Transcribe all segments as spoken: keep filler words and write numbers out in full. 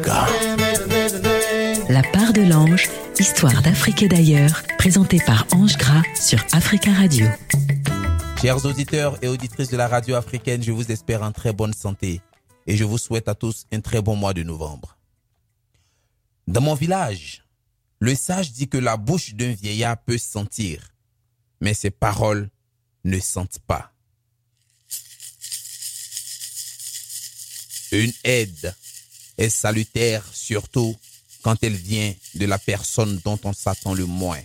Africa. La part de l'ange, histoire d'Afrique et d'ailleurs, présentée par Ange Gras sur Africa Radio. Chers auditeurs et auditrices de la radio africaine, je vous espère en très bonne santé et je vous souhaite à tous un très bon mois de novembre. Dans mon village, le sage dit que la bouche d'un vieillard peut sentir, mais ses paroles ne sentent pas. Une aide est salutaire surtout quand elle vient de la personne dont on s'attend le moins.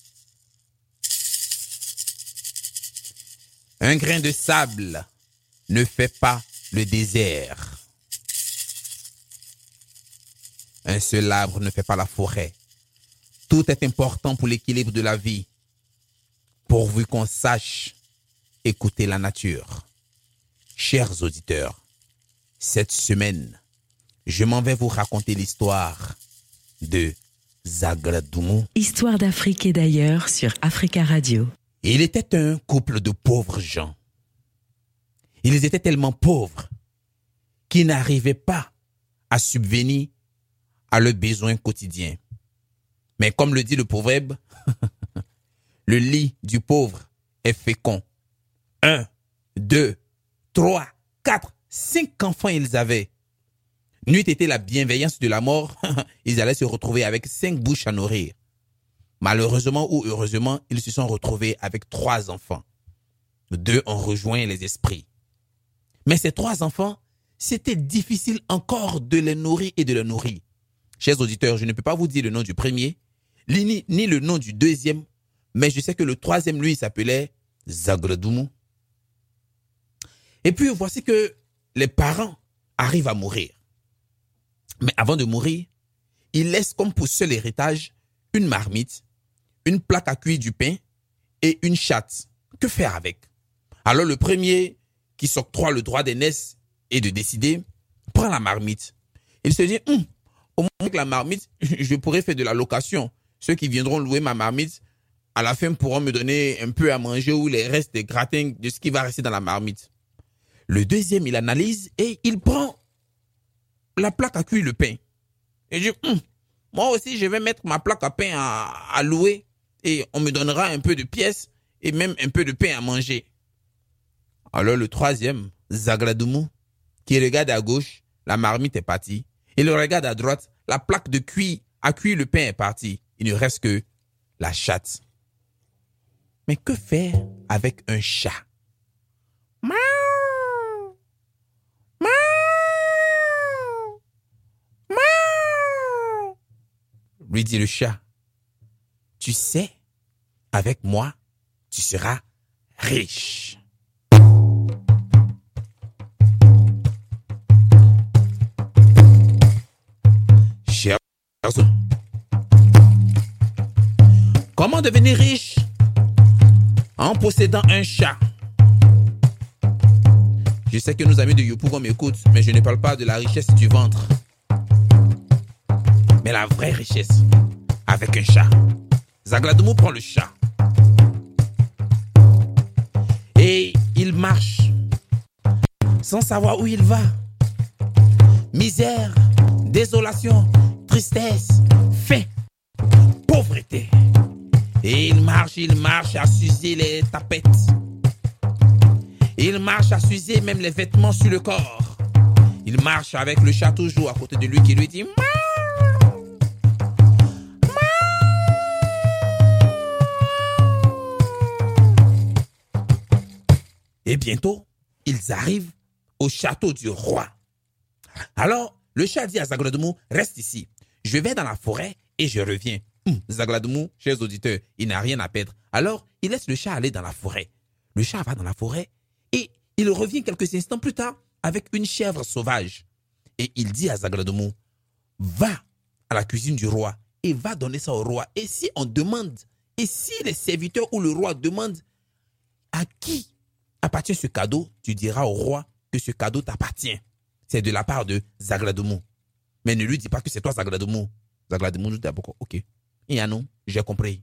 Un grain de sable ne fait pas le désert. Un seul arbre ne fait pas la forêt. Tout est important pour l'équilibre de la vie, pourvu qu'on sache écouter la nature. Chers auditeurs, cette semaine, je m'en vais vous raconter l'histoire de Zagradoumou. Histoire d'Afrique et d'ailleurs sur Africa Radio. Il était un couple de pauvres gens. Ils étaient tellement pauvres qu'ils n'arrivaient pas à subvenir à leurs besoins quotidiens. Mais comme le dit le proverbe, le lit du pauvre est fécond. Un, deux, trois, quatre, cinq enfants ils avaient. N'eût été la bienveillance de la mort, ils allaient se retrouver avec cinq bouches à nourrir. Malheureusement ou heureusement, ils se sont retrouvés avec trois enfants. Deux ont rejoint les esprits. Mais ces trois enfants, c'était difficile encore de les nourrir et de les nourrir. Chers auditeurs, je ne peux pas vous dire le nom du premier, ni, ni le nom du deuxième, mais je sais que le troisième, lui, il s'appelait Zagradoumou. Et puis, voici que les parents arrivent à mourir. Mais avant de mourir, ils laissent comme pour seul héritage une marmite, une plaque à cuire du pain et une chatte. Que faire avec? Alors le premier qui s'octroie le droit d'aînesse et de décider prend la marmite. Il se dit, hum, au moins avec la marmite, je pourrais faire de la location. Ceux qui viendront louer ma marmite, à la fin pourront me donner un peu à manger ou les restes des gratins de ce qui va rester dans la marmite. Le deuxième, il analyse et il prend la plaque à cuire le pain. Et je dis, hum, moi aussi, je vais mettre ma plaque à pain à, à louer et on me donnera un peu de pièces et même un peu de pain à manger. Alors le troisième, Zagradoumou, qui regarde à gauche, la marmite est partie. Il regarde à droite, la plaque de cuir à cuire le pain est partie. Il ne reste que la chatte. Mais que faire avec un chat? Miaou! Miaou! Miaou! Lui dit le chat. Tu sais, avec moi, tu seras riche. Cher comment devenir riche? En possédant un chat. Je sais que nos amis de Yopougon m'écoutent, mais je ne parle pas de la richesse du ventre. Mais la vraie richesse, avec un chat. Zagradoumou prend le chat. Et il marche, sans savoir où il va. Misère, désolation, tristesse, faim, pauvreté. Et il marche, il marche à s'user les tapettes. Il marche à s'user même les vêtements sur le corps. Il marche avec le chat toujours à côté de lui qui lui dit Miaou! Et bientôt, ils arrivent au château du roi. Alors, le chat dit à Zagradoumou, reste ici. Je vais dans la forêt et je reviens. Hum, Zagradoumou, chers auditeurs, il n'a rien à perdre. Alors, il laisse le chat aller dans la forêt. Le chat va dans la forêt et il revient quelques instants plus tard avec une chèvre sauvage. Et il dit à Zagradoumou, va à la cuisine du roi et va donner ça au roi. Et si on demande, et si les serviteurs ou le roi demandent à qui appartient ce cadeau, tu diras au roi que ce cadeau t'appartient. C'est de la part de Zagradoumou. Mais ne lui dis pas que c'est toi Zagradoumou. Zagradoumou nous dit d'abord, ok. Et à nous, j'ai compris.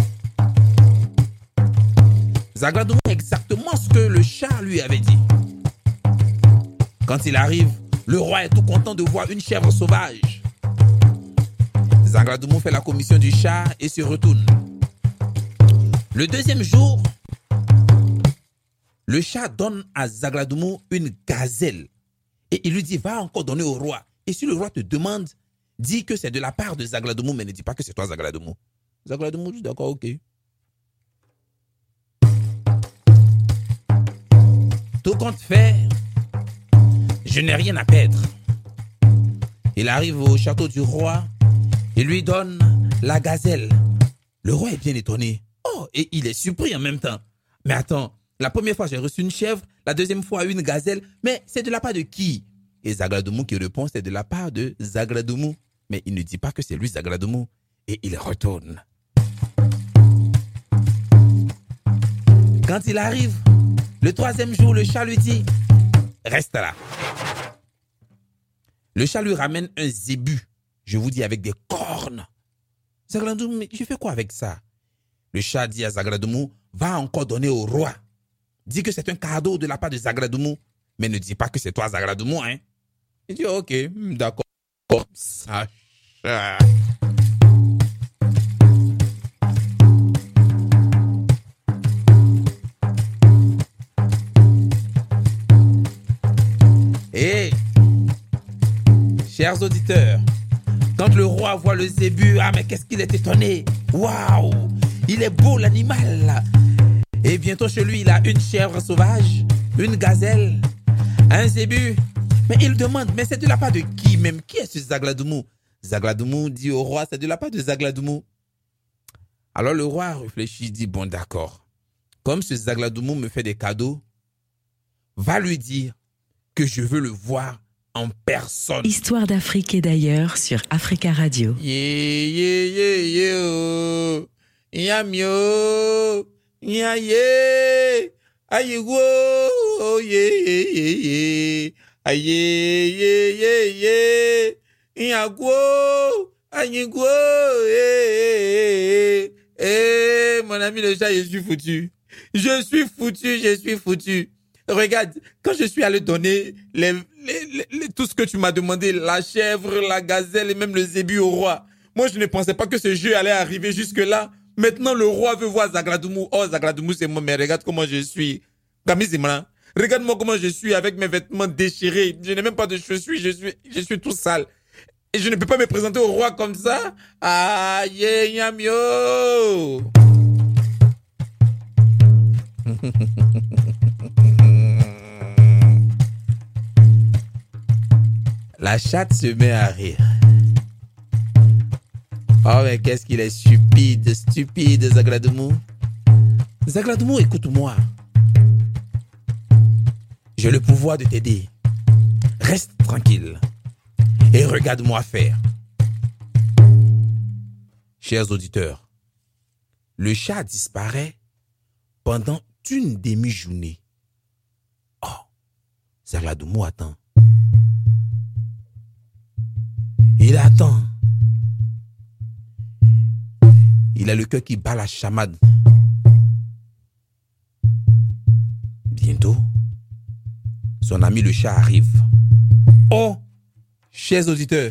Zagradoumou est exactement ce que le chat lui avait dit. Quand il arrive, le roi est tout content de voir une chèvre sauvage. Zagladoumou fait la commission du chat et se retourne. Le deuxième jour, le chat donne à Zagladoumou une gazelle. Et il lui dit, va encore donner au roi. Et si le roi te demande, dis que c'est de la part de Zagladoumou, mais ne dis pas que c'est toi Zagladoumou. Zagladoumou dit, d'accord, ok. Tout compte fait, je n'ai rien à perdre. Il arrive au château du roi et lui donne la gazelle. Le roi est bien étonné. Oh, et il est surpris en même temps. Mais attends, la première fois j'ai reçu une chèvre, la deuxième fois une gazelle, mais c'est de la part de qui? Et Zagladoumou qui répond, c'est de la part de Zagladoumou. Mais il ne dit pas que c'est lui Zagladoumou. Et il retourne. Quand il arrive, le troisième jour, le chat lui dit, reste là. Le chat lui ramène un zébu, je vous dis avec des cornes. Zagladoumou, mais je fais quoi avec ça? Le chat dit à Zagladoumou, va encore donner au roi. Dis que c'est un cadeau de la part de Zagladoumou, mais ne dis pas que c'est toi Zagladoumou, hein. Il dit, ok, d'accord. Ça, chat. Et, chers auditeurs, quand le roi voit le zébu, ah mais qu'est-ce qu'il est étonné. Waouh, il est beau l'animal. Et bientôt chez lui, il a une chèvre sauvage, une gazelle, un zébu. Mais il demande, mais c'est de la part de qui même? Qui est ce Zagladoumou? Zagladoumou dit au roi, c'est de la part de Zagladoumou. Alors le roi réfléchit, dit, bon d'accord, comme ce Zagladoumou me fait des cadeaux, va lui dire que je veux le voir en personne. Histoire d'Afrique et d'ailleurs sur Africa Radio. Yeah, yeah, yeah, yeah, oh. Yam yo, yeah, yeah, aïe, wo, oh, yeah, yeah, yeah, yeah. Aïe, yeah, yeah, yeah, yeah, go, aïe, go, eh, eh, mon ami le chat, je suis foutu. Je suis foutu, je suis foutu. Regarde, quand je suis allé donner les, les, les, les, tout ce que tu m'as demandé, la chèvre, la gazelle et même le zébu au roi, moi je ne pensais pas que ce jeu allait arriver jusque-là. Maintenant le roi veut voir Zagladoumou. Oh, Zagladoumou c'est moi, mais regarde comment je suis. Gamizimran, regarde-moi comment je suis avec mes vêtements déchirés. Je n'ai même pas de chaussures, je suis, je suis tout sale. Et je ne peux pas me présenter au roi comme ça. Ah, yeah, yam, yo. La chatte se met à rire. Oh, mais qu'est-ce qu'il est stupide, stupide, Zagladoumou. Zagladoumou, écoute-moi. J'ai le pouvoir de t'aider. Reste tranquille et regarde-moi faire. Chers auditeurs, le chat disparaît pendant une demi-journée. Oh, Zagladoumou attend. Il attend. Il a le cœur qui bat la chamade. Bientôt, son ami le chat arrive. Oh, chers auditeurs,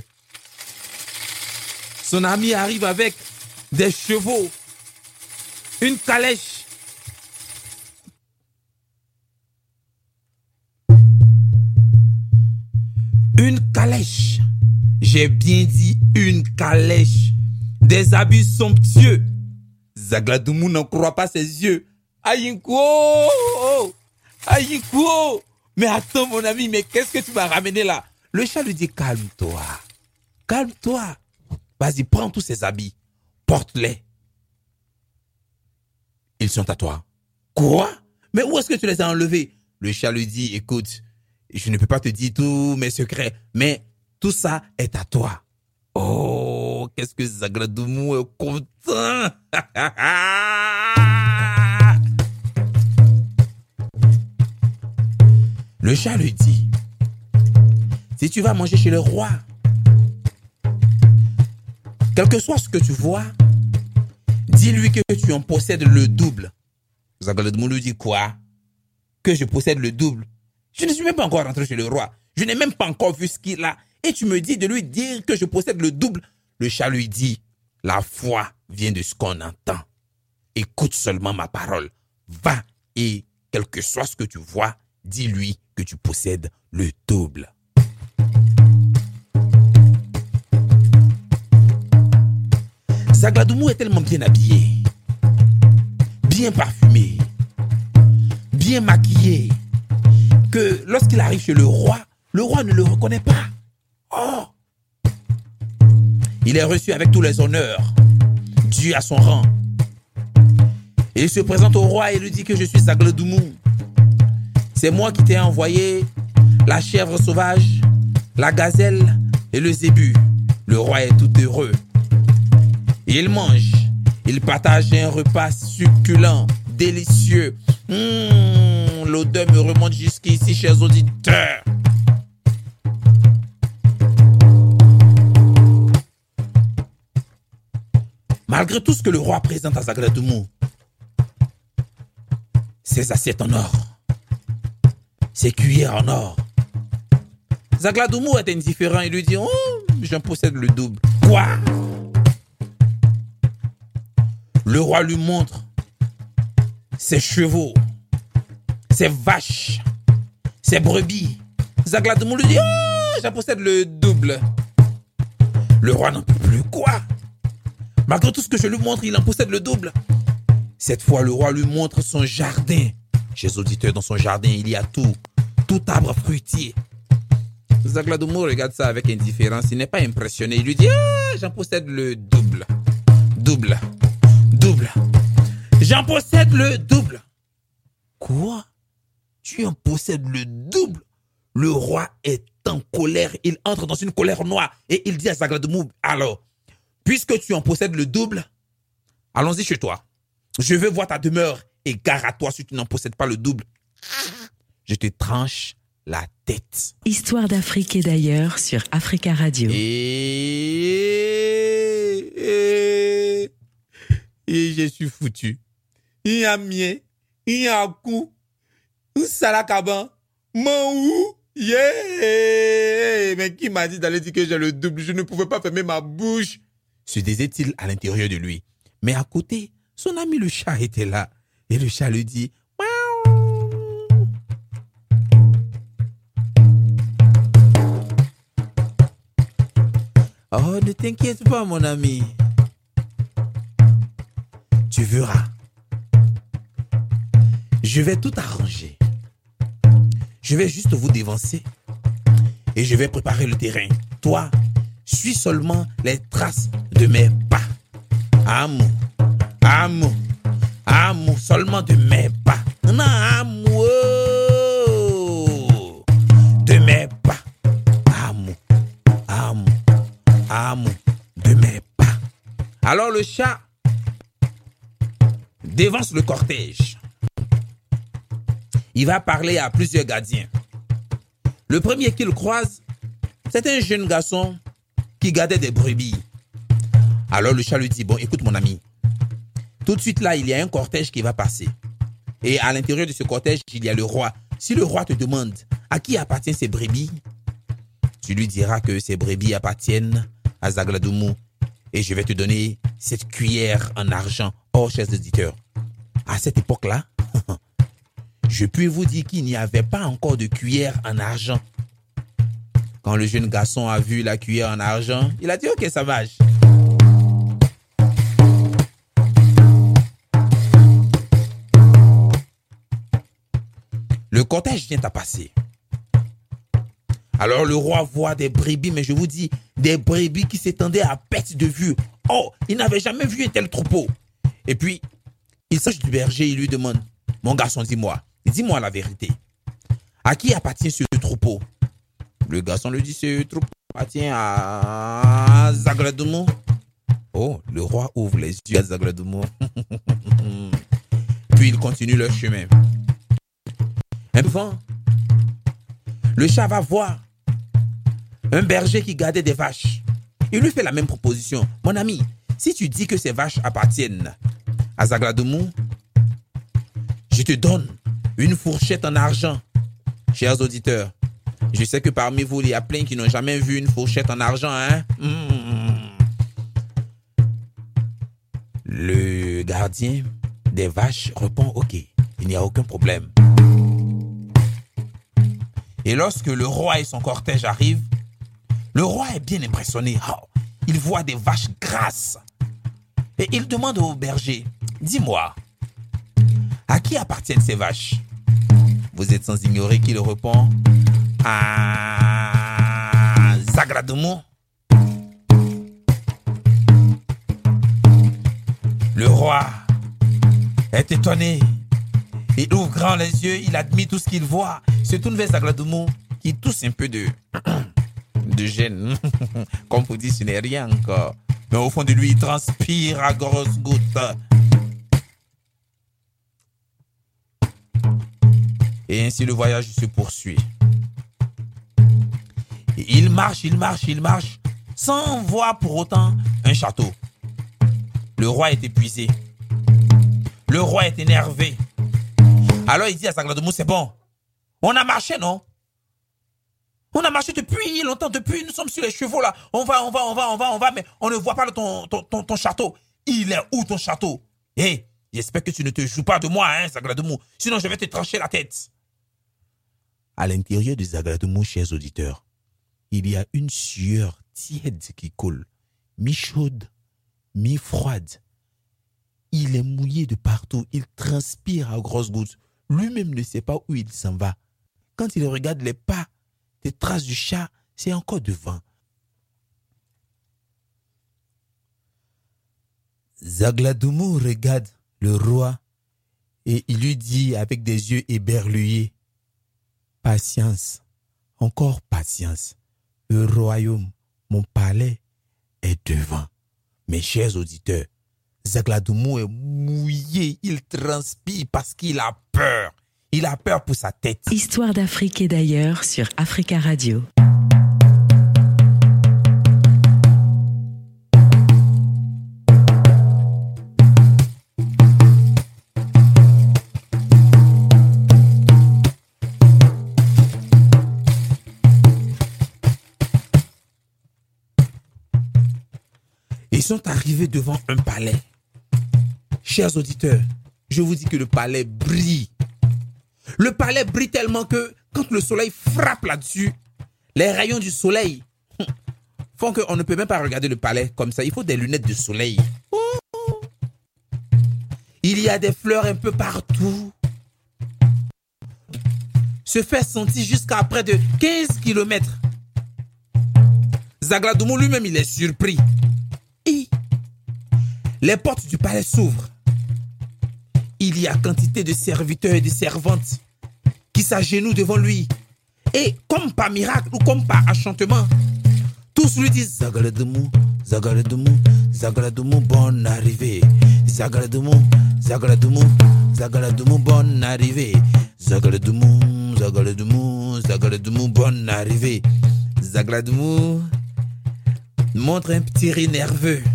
son ami arrive avec des chevaux, une calèche. Une calèche. J'ai bien dit une calèche. Des habits somptueux. Zagladoumou n'en croit pas ses yeux. Aïnko! Aïnko! Mais attends mon ami, mais qu'est-ce que tu m'as ramené là? Le chat lui dit, calme-toi. Calme-toi. Vas-y, prends tous ces habits. Porte-les. Ils sont à toi. Quoi? Mais où est-ce que tu les as enlevés? Le chat lui dit, écoute, je ne peux pas te dire tous mes secrets, mais tout ça est à toi. Oh, qu'est-ce que Zagladoumou est content. Le chat lui dit, si tu vas manger chez le roi, quel que soit ce que tu vois, dis-lui que tu en possèdes le double. Zagladoumou lui dit quoi? Que je possède le double? Je ne suis même pas encore rentré chez le roi. Je n'ai même pas encore vu ce qu'il a. Et tu me dis de lui dire que je possède le double le chat lui dit, la foi vient de ce qu'on entend. Écoute seulement ma parole. Va et, quel que soit ce que tu vois, dis-lui que tu possèdes le double. Zagladoumou est tellement bien habillé, bien parfumé, bien maquillé, que lorsqu'il arrive chez le roi, le roi ne le reconnaît pas. Oh! Il est reçu avec tous les honneurs dus à son rang. Et il se présente au roi et lui dit que je suis Zagladoumou. C'est moi qui t'ai envoyé la chèvre sauvage, la gazelle et le zébu. Le roi est tout heureux. Il mange, il partage un repas succulent, délicieux. Mmh, l'odeur me remonte jusqu'ici, chers auditeurs. Malgré tout ce que le roi présente à Zagladoumou, ses assiettes en or, ses cuillères en or, Zagladoumou est indifférent et lui dit « Oh, j'en possède le double. » Quoi? Le roi lui montre ses chevaux, ses vaches, ses brebis. Zagladoumou lui dit « Oh, j'en possède le double. » Le roi n'en peut plus. Quoi? Malgré tout ce que je lui montre, il en possède le double. Cette fois, le roi lui montre son jardin. Chers auditeurs, dans son jardin, il y a tout. Tout arbre fruitier. Zagladoumou regarde ça avec indifférence. Il n'est pas impressionné. Il lui dit, ah, j'en possède le double. Double. Double. J'en possède le double. Quoi? Tu en possèdes le double? Le roi est en colère. Il entre dans une colère noire. Et il dit à Zagladoumou, alors, puisque tu en possèdes le double, allons-y chez toi. Je veux voir ta demeure et gare à toi si tu n'en possèdes pas le double. Je te tranche la tête. Histoire d'Afrique et d'ailleurs sur Africa Radio. Et, et, et je suis foutu. Il y a mien, il y a un coup, un salakaban, mon ou, yeah. Mais qui m'a dit d'aller dire que j'ai le double? Je ne pouvais pas fermer ma bouche. Se disait-il à l'intérieur de lui. Mais à côté, son ami le chat était là. Et le chat lui dit, miaou. Oh, ne t'inquiète pas, mon ami. Tu verras. Je vais tout arranger. Je vais juste vous dévancer. Et je vais préparer le terrain. Toi, suis seulement les traces de mes pas. Amour, amour, amour, seulement de mes pas. Non, amour, de mes pas. Amour, amour, amour, de mes pas. Alors le chat dévance le cortège. Il va parler à plusieurs gardiens. Le premier qu'il croise, c'est un jeune garçon qui gardait des brebis. Alors le chat lui dit, bon, écoute mon ami, tout de suite là, il y a un cortège qui va passer. Et à l'intérieur de ce cortège, il y a le roi. Si le roi te demande à qui appartiennent ces brebis, tu lui diras que ces brebis appartiennent à Zagladoumou. Et je vais te donner cette cuillère en argent. Oh, chers auditeurs, à cette époque-là, je puis vous dire qu'il n'y avait pas encore de cuillère en argent. Quand le jeune garçon a vu la cuillère en argent, il a dit, ok, ça marche. Le cortège vient à passer. Alors le roi voit des brebis, mais je vous dis, des brebis qui s'étendaient à perte de vue. Oh, il n'avait jamais vu un tel troupeau. Et puis, il s'agit du berger, il lui demande, mon garçon, dis-moi, dis-moi la vérité. À qui appartient ce troupeau? Le garçon lui dit, ce troupeau appartient à Zagladoumou. Oh, le roi ouvre les yeux à Zagladoumou. Puis ils continuent leur chemin. Un peu avant, le chat va voir un berger qui gardait des vaches. Il lui fait la même proposition. Mon ami, si tu dis que ces vaches appartiennent à Zagladoumou, je te donne une fourchette en argent. Chers auditeurs, je sais que parmi vous, il y a plein qui n'ont jamais vu une fourchette en argent. Hein? Mmh. Le gardien des vaches répond « Ok, il n'y a aucun problème. » Et lorsque le roi et son cortège arrivent, le roi est bien impressionné. Oh, il voit des vaches grasses. Et il demande au berger, « Dis-moi, à qui appartiennent ces vaches ?» Vous êtes sans ignorer qu'il répond, « À Zagradoumou. » Le roi est étonné. Il ouvre grand les yeux, il admire tout ce qu'il voit. Il se tourne vers Zagradoumou qui tousse un peu de, de gêne. Comme vous dites, ce n'est rien encore. Mais au fond de lui, il transpire à grosses gouttes. Et ainsi le voyage se poursuit. Et il marche, il marche, il marche, sans voir pour autant un château. Le roi est épuisé. Le roi est énervé. Alors il dit à Zagradoumou, c'est bon. On a marché, non? On a marché depuis longtemps, depuis, nous sommes sur les chevaux là. On va, on va, on va, on va, on va, mais on ne voit pas ton, ton, ton, ton château. Il est où ton château? Hé, hey, j'espère que tu ne te joues pas de moi, hein, Zagradoumou. Sinon je vais te trancher la tête. À l'intérieur de Zagradoumou, chers auditeurs, il y a une sueur tiède qui coule, mi-chaude, mi-froide. Il est mouillé de partout, il transpire à grosses gouttes. Lui-même ne sait pas où il s'en va. Quand il regarde les pas, les traces du chat, c'est encore devant. Zagradoumou regarde le roi et il lui dit avec des yeux éberlués, « Patience, encore patience. Le royaume, mon palais, est devant. » Mes chers auditeurs, Zagradoumou est mouillé, il transpire parce qu'il a peur. Il a peur pour sa tête. Histoire d'Afrique et d'ailleurs sur Africa Radio. Ils sont arrivés devant un palais. Chers auditeurs, je vous dis que le palais brille. Le palais brille tellement que quand le soleil frappe là-dessus, les rayons du soleil font qu'on ne peut même pas regarder le palais comme ça. Il faut des lunettes de soleil. Il y a des fleurs un peu partout. Se fait sentir jusqu'à près de quinze kilomètres. Zagradoumou lui-même, il est surpris. Et les portes du palais s'ouvrent. Il y a quantité de serviteurs et de servantes qui s'agenouillent devant lui. Et comme par miracle ou comme par enchantement, tous lui disent Zagradoumou, Zagradoumou, Zagradoumou, bonne arrivée. Zagradoumou, Zagradoumou, Zagradoumou, bonne arrivée. Zagradoumou, Zagradoumou, Zagradoumou, bonne arrivée. Zagradoumou montre un petit rire nerveux.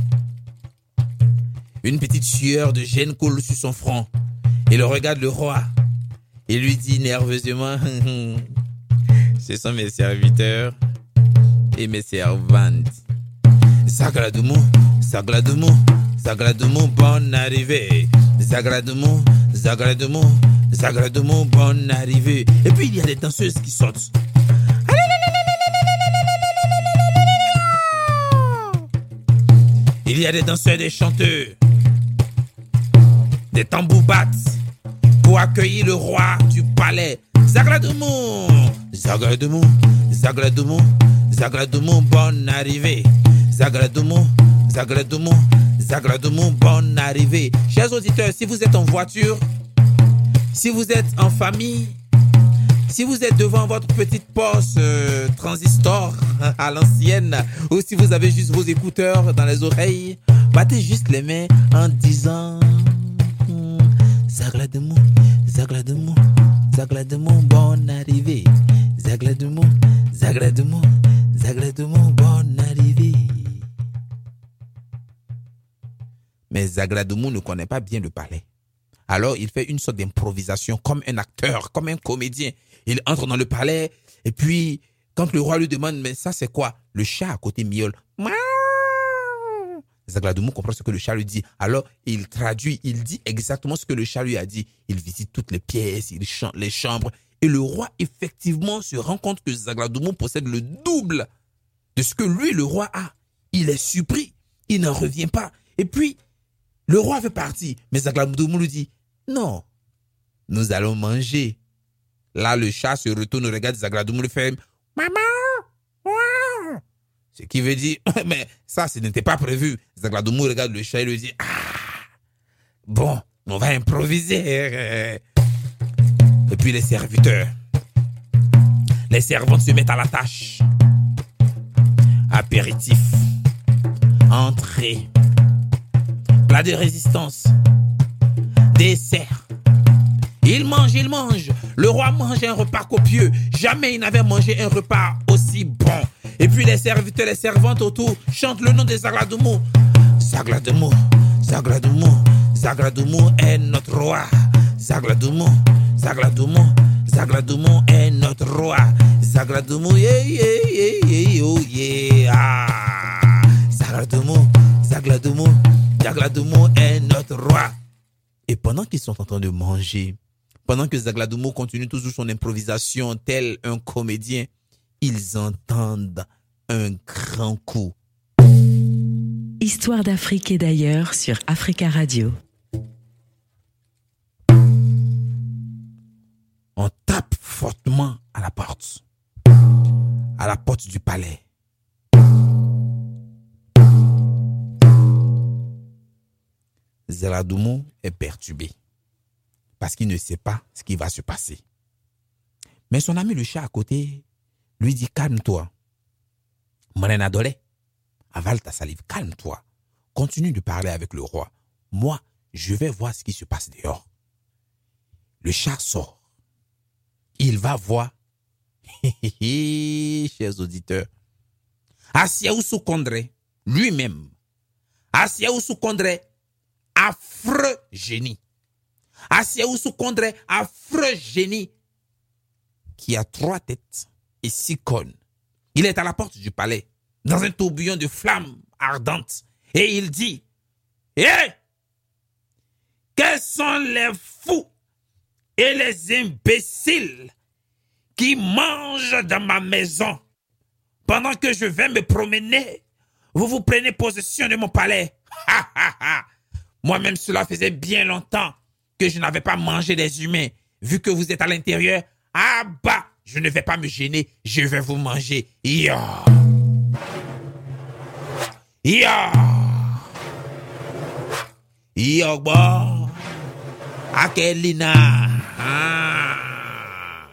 Une petite sueur de gêne coule sur son front. Il regarde le roi et lui dit nerveusement ce sont mes serviteurs et mes servantes. Zagradoumou, Zagradoumou, Zagradoumou, bonne arrivée. Zagradoumou, Zagradoumou, Zagradoumou, bonne arrivée. Et puis il y a des danseuses qui sautent. Il y a des danseurs et des chanteurs. Des tambours battent pour accueillir le roi du palais. Zagradoumou, Zagradoumou, Zagradoumou, Zagradoumou, bonne arrivée. Zagradoumou, Zagradoumou, Zagradoumou, bonne arrivée. Chers auditeurs, si vous êtes en voiture, si vous êtes en famille, si vous êtes devant votre petite Porsche euh, transistor à l'ancienne, ou si vous avez juste vos écouteurs dans les oreilles, battez juste les mains en disant Zagradoumou, Zagradoumou, Zagradoumou, bonne arrivée. Zagradoumou, Zagradoumou, Zagradoumou, bonne arrivée. Mais Zagradoumou ne connaît pas bien le palais. Alors il fait une sorte d'improvisation comme un acteur, comme un comédien. Il entre dans le palais et puis quand le roi lui demande mais ça c'est quoi? Le chat à côté miaule. Zagladoumou comprend ce que le chat lui dit. Alors, il traduit, il dit exactement ce que le chat lui a dit. Il visite toutes les pièces, il chante les chambres. Et le roi, effectivement, se rend compte que Zagladoumou possède le double de ce que lui, le roi, a. Il est surpris. Il n'en revient pas. Et puis, le roi veut partir. Mais Zagladoumou lui dit, non, nous allons manger. Là, le chat se retourne, regarde Zagladoumou, lui fait, maman, wow. Ce qui veut dire, mais ça, ce n'était pas prévu. Zagladoumou regarde le chat et lui dit, ah, bon, on va improviser. Et puis les serviteurs, les servantes se mettent à la tâche. Apéritif, entrée, plat de résistance, dessert. Il mange, il mange. Le roi mange un repas copieux. Jamais il n'avait mangé un repas aussi bon. Et puis les serviteurs, les servantes autour chantent le nom de Zagladoumou. Zagladoumou, Zagladoumou, Zagladoumou est notre roi. Zagladoumou, Zagladoumou, Zagladoumou est notre roi. Zagladoumou, yeah, yeah, yeah, yeah, oh, yeah. Ah. Zagladoumou, Zagladoumou, Zagladoumou est notre roi. Et pendant qu'ils sont en train de manger, pendant que Zagladoumou continue toujours son improvisation tel un comédien, ils entendent un grand coup. Histoire d'Afrique et d'ailleurs sur Africa Radio. On tape fortement à la porte, à la porte du palais. Zagladoumou est perturbé parce qu'il ne sait pas ce qui va se passer. Mais son ami le chat à côté lui dit, calme-toi. Monena Dole, avale ta salive, calme-toi. Continue de parler avec le roi. Moi, je vais voir ce qui se passe dehors. Le chat sort. Il va voir, chers auditeurs, Asiaousou Kondré, lui-même. Asiaousou Kondré, affreux génie. Asiaousou Kondré, affreux génie, qui a trois têtes et six cônes. Il est à la porte du palais, dans un tourbillon de flammes ardentes, et il dit, hé, hey, quels sont les fous et les imbéciles qui mangent dans ma maison pendant que je vais me promener? Vous vous prenez possession de mon palais. Ha, ha, ha. Moi-même, cela faisait bien longtemps que je n'avais pas mangé des humains. Vu que vous êtes à l'intérieur, ah bah, je ne vais pas me gêner, je vais vous manger. Ya. Ya. Ya, bon. Akelina. Ah.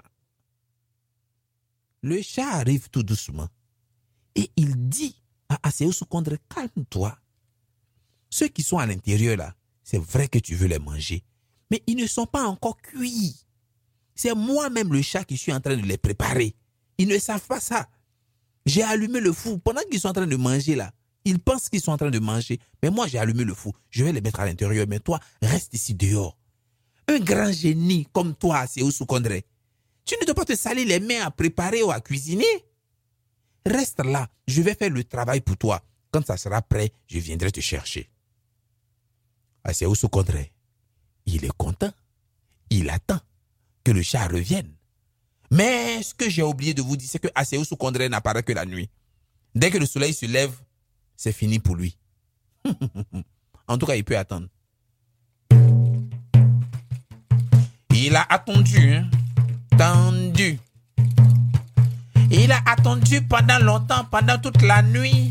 Le chat arrive tout doucement et il dit à Asiaousou Kondré, calme-toi. Ceux qui sont à l'intérieur là, c'est vrai que tu veux les manger, mais ils ne sont pas encore cuits. C'est moi-même le chat qui suis en train de les préparer. Ils ne savent pas ça. J'ai allumé le four pendant qu'ils sont en train de manger là. Ils pensent qu'ils sont en train de manger, mais moi j'ai allumé le four. Je vais les mettre à l'intérieur, mais toi, reste ici dehors. Un grand génie comme toi, Asiaousou Kondré, tu ne dois pas te salir les mains à préparer ou à cuisiner. Reste là, je vais faire le travail pour toi. Quand ça sera prêt, je viendrai te chercher. Asiaousou Kondré, il est content. Il attend que le chat revienne. Mais ce que j'ai oublié de vous dire, c'est que Asiaousou Kondré n'apparaît que la nuit. Dès que le soleil se lève, c'est fini pour lui. En tout cas, il peut attendre. Il a attendu, hein? Tendu. Il a attendu pendant longtemps, pendant toute la nuit.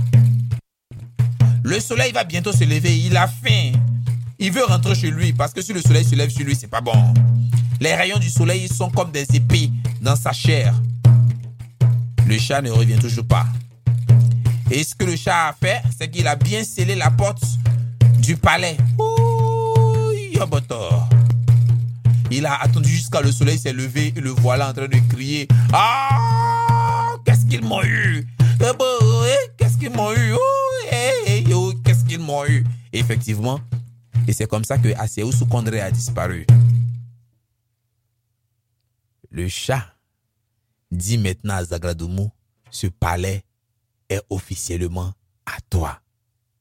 Le soleil va bientôt se lever, il a faim. Il veut rentrer chez lui parce que si le soleil se lève sur lui, c'est pas bon. Les rayons du soleil sont comme des épées dans sa chair. Le chat ne revient toujours pas. Et ce que le chat a fait, c'est qu'il a bien scellé la porte du palais. Ouh, yobotor. Il a attendu jusqu'à le soleil s'est levé et le voilà en train de crier. Ah, qu'est-ce qu'ils m'ont eu? Qu'est-ce qu'ils m'ont eu? Oh, qu'est-ce qu'ils m'ont eu? Et effectivement, et c'est comme ça que Asiaousou Kondré a disparu. Le chat dit maintenant à Zagladoumou, ce palais est officiellement à toi.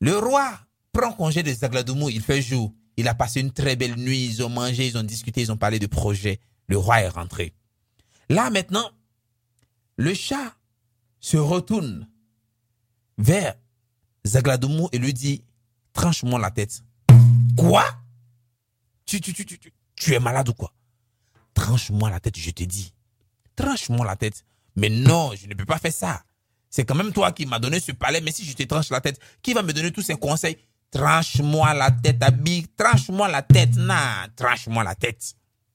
Le roi prend congé de Zagladoumou, il fait jour. Il a passé une très belle nuit, ils ont mangé, ils ont discuté, ils ont parlé de projets. Le roi est rentré. Là, maintenant, le chat se retourne vers Zagladoumou et lui dit « Tranche-moi la tête. » Quoi? tu, tu, tu, tu, tu, tu es malade ou quoi? Tranche-moi la tête, je te dis. Tranche-moi la tête. Mais non, je ne peux pas faire ça. C'est quand même toi qui m'as donné ce palais, mais si je te tranche la tête, qui va me donner tous ces conseils? Tranche-moi la tête, Abi. Tranche-moi la tête. Nah, tranche-moi la tête.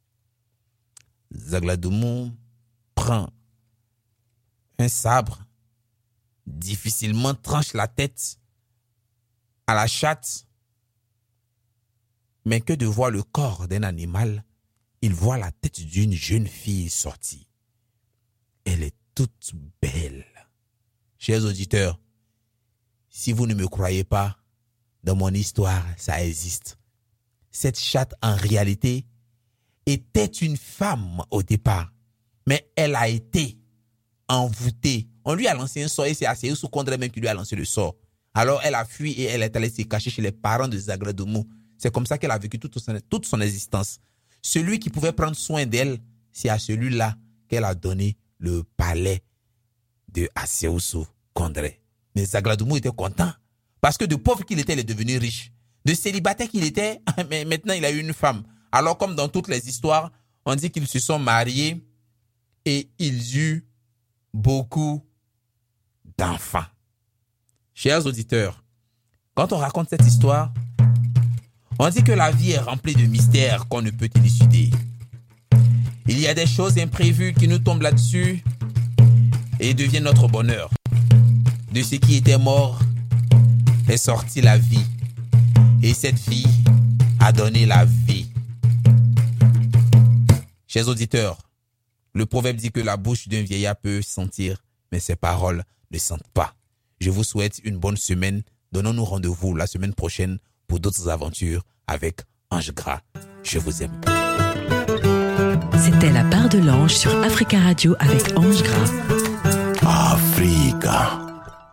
Zagladoumou prend un sabre, difficilement tranche la tête à la chatte. Mais que de voir le corps d'un animal, il voit la tête d'une jeune fille sortie. Elle est toute belle. Chers auditeurs, si vous ne me croyez pas, dans mon histoire, ça existe. Cette chatte, en réalité, était une femme au départ, mais elle a été envoûtée. On lui a lancé un sort et c'est Asseousou Kondre même qui lui a lancé le sort. Alors elle a fui et elle est allée se cacher chez les parents de Zagladoumou. C'est comme ça qu'elle a vécu toute son, toute son existence. Celui qui pouvait prendre soin d'elle, c'est à celui-là qu'elle a donné le palais de Asseousou Kondre. Mais Zagladoumou était content parce que de pauvre qu'il était, il est devenu riche. De célibataire qu'il était, mais maintenant il a eu une femme. Alors comme dans toutes les histoires, on dit qu'ils se sont mariés et ils eurent beaucoup d'enfants. Chers auditeurs, quand on raconte cette histoire, on dit que la vie est remplie de mystères qu'on ne peut élucider. Il y a des choses imprévues qui nous tombent là-dessus et deviennent notre bonheur. De ce qui était mort est sortie la vie. Et cette vie a donné la vie. Chers auditeurs, le proverbe dit que la bouche d'un vieillard peut sentir, mais ses paroles ne sentent pas. Je vous souhaite une bonne semaine. Donnons-nous rendez-vous la semaine prochaine pour d'autres aventures avec Ange Gras. Je vous aime. C'était La Part de l'Ange sur Africa Radio avec Ange Gras. Africa.